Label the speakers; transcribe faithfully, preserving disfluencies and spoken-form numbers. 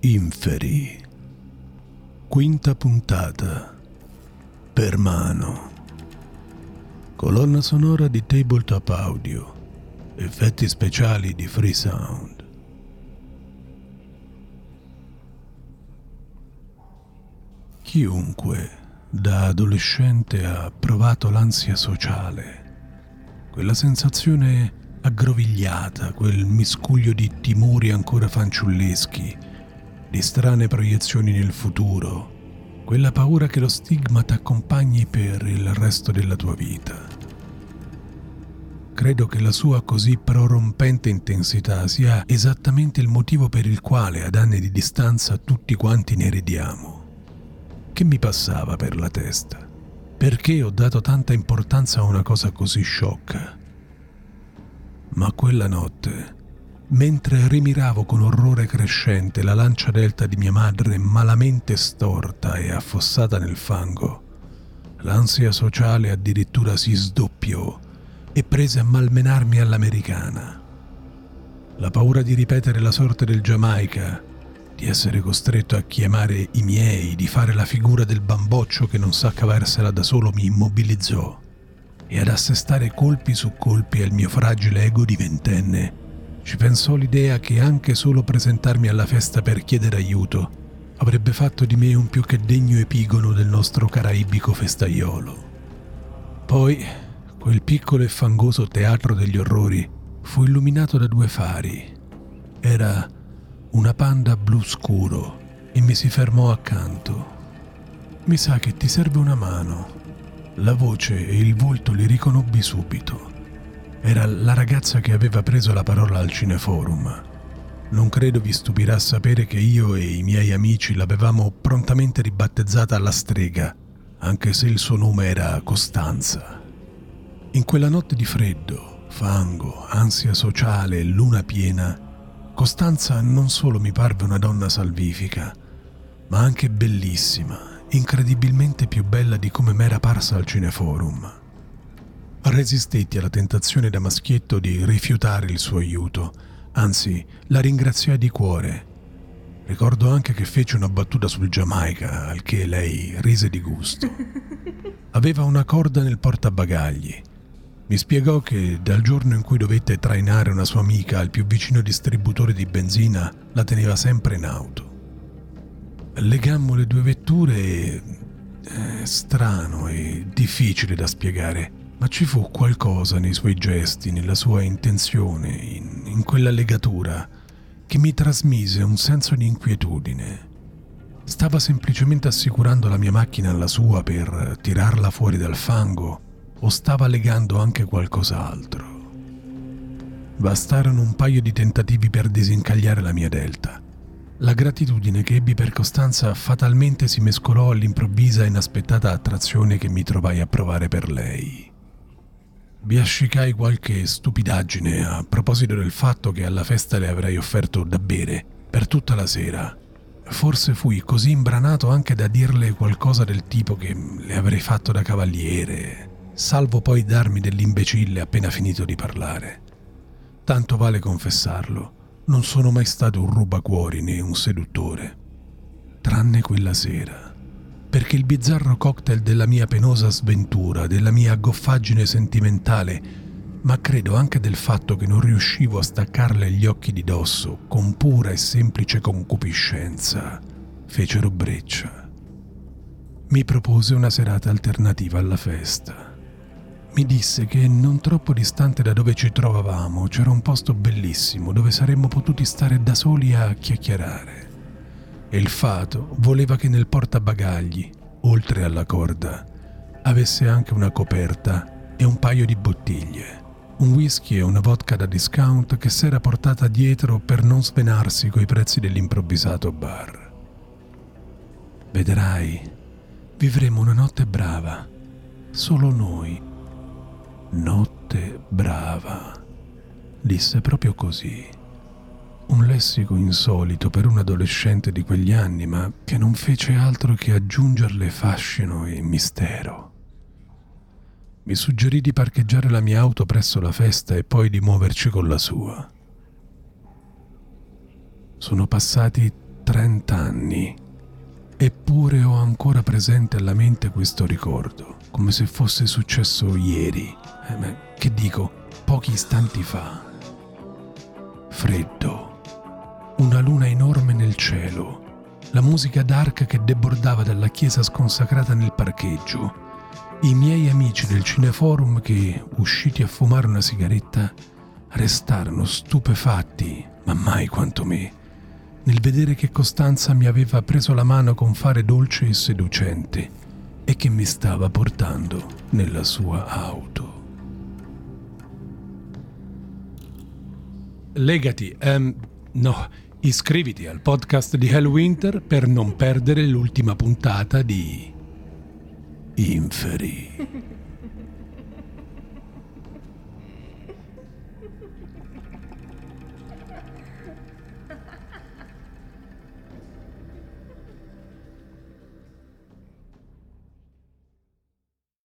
Speaker 1: Inferi. Quinta puntata. Per mano. Colonna sonora di Tabletop Audio. Effetti speciali di Freesound. Chiunque da adolescente ha provato l'ansia sociale, quella sensazione aggrovigliata, quel miscuglio di timori ancora fanciulleschi, di strane proiezioni nel futuro, quella paura che lo stigma t'accompagni per il resto della tua vita. Credo che la sua così prorompente intensità sia esattamente il motivo per il quale ad anni di distanza tutti quanti ne ridiamo. Che mi passava per la testa? Perché ho dato tanta importanza a una cosa così sciocca? Ma quella notte, mentre rimiravo con orrore crescente la lancia delta di mia madre malamente storta e affossata nel fango, l'ansia sociale addirittura si sdoppiò e prese a malmenarmi all'americana. La paura di ripetere la sorte del Giamaica, di essere costretto a chiamare i miei, di fare la figura del bamboccio che non sa cavarsela da solo mi immobilizzò, e ad assestare colpi su colpi al mio fragile ego di ventenne ci pensò l'idea che anche solo presentarmi alla festa per chiedere aiuto avrebbe fatto di me un più che degno epigono del nostro caraibico festaiolo. Poi quel piccolo e fangoso teatro degli orrori fu illuminato da due fari. Era una panda blu scuro e mi si fermò accanto. Mi sa che ti serve una mano. La voce e il volto li riconobbi subito. Era la ragazza che aveva preso la parola al Cineforum. Non credo vi stupirà sapere che io e i miei amici l'avevamo prontamente ribattezzata alla strega, anche se il suo nome era Costanza. In quella notte di freddo, fango, ansia sociale e luna piena, Costanza non solo mi parve una donna salvifica, ma anche bellissima, incredibilmente più bella di come m'era parsa al Cineforum. Resistetti alla tentazione da maschietto di rifiutare il suo aiuto, anzi la ringraziai di cuore. Ricordo anche che fece una battuta sul Giamaica, al che lei rise di gusto. Aveva una corda nel portabagagli. Mi spiegò che dal giorno in cui dovette trainare una sua amica al più vicino distributore di benzina, la teneva sempre in auto. Legammo le due vetture e... è strano e difficile da spiegare, ma ci fu qualcosa nei suoi gesti, nella sua intenzione, in, in quella legatura, che mi trasmise un senso di inquietudine. Stava semplicemente assicurando la mia macchina alla sua per tirarla fuori dal fango, o stava legando anche qualcos'altro? Bastarono un paio di tentativi per disincagliare la mia delta. La gratitudine che ebbi per Costanza fatalmente si mescolò all'improvvisa e inaspettata attrazione che mi trovai a provare per lei. Biascicai qualche stupidaggine a proposito del fatto che alla festa le avrei offerto da bere per tutta la sera. Forse fui così imbranato anche da dirle qualcosa del tipo che le avrei fatto da cavaliere, salvo poi darmi dell'imbecille appena finito di parlare. Tanto vale confessarlo, non sono mai stato un rubacuori né un seduttore, tranne quella sera, perché il bizzarro cocktail della mia penosa sventura, della mia goffaggine sentimentale, ma credo anche del fatto che non riuscivo a staccarle gli occhi di dosso con pura e semplice concupiscenza, fecero breccia. Mi propose una serata alternativa alla festa. Mi disse che non troppo distante da dove ci trovavamo c'era un posto bellissimo dove saremmo potuti stare da soli a chiacchierare. E il fato voleva che nel portabagagli, oltre alla corda, avesse anche una coperta e un paio di bottiglie, un whisky e una vodka da discount che s'era portata dietro per non svenarsi coi prezzi dell'improvvisato bar. Vedrai, vivremo una notte brava, solo noi. Notte brava, disse proprio così. Un lessico insolito per un adolescente di quegli anni, ma che non fece altro che aggiungerle fascino e mistero. Mi suggerì di parcheggiare la mia auto presso la festa e poi di muoverci con la sua. Sono passati trent'anni. Eppure ho ancora presente alla mente questo ricordo, come se fosse successo ieri. Eh, ma che dico, pochi istanti fa. Freddo, una luna enorme nel cielo, la musica dark che debordava dalla chiesa sconsacrata nel parcheggio, i miei amici del cineforum che, usciti a fumare una sigaretta, restarono stupefatti, ma mai quanto me, nel vedere che Costanza mi aveva preso la mano con fare dolce e seducente e che mi stava portando nella sua auto. Legati, um, no, iscriviti al podcast di Hellwinter per non perdere l'ultima puntata di Inferi.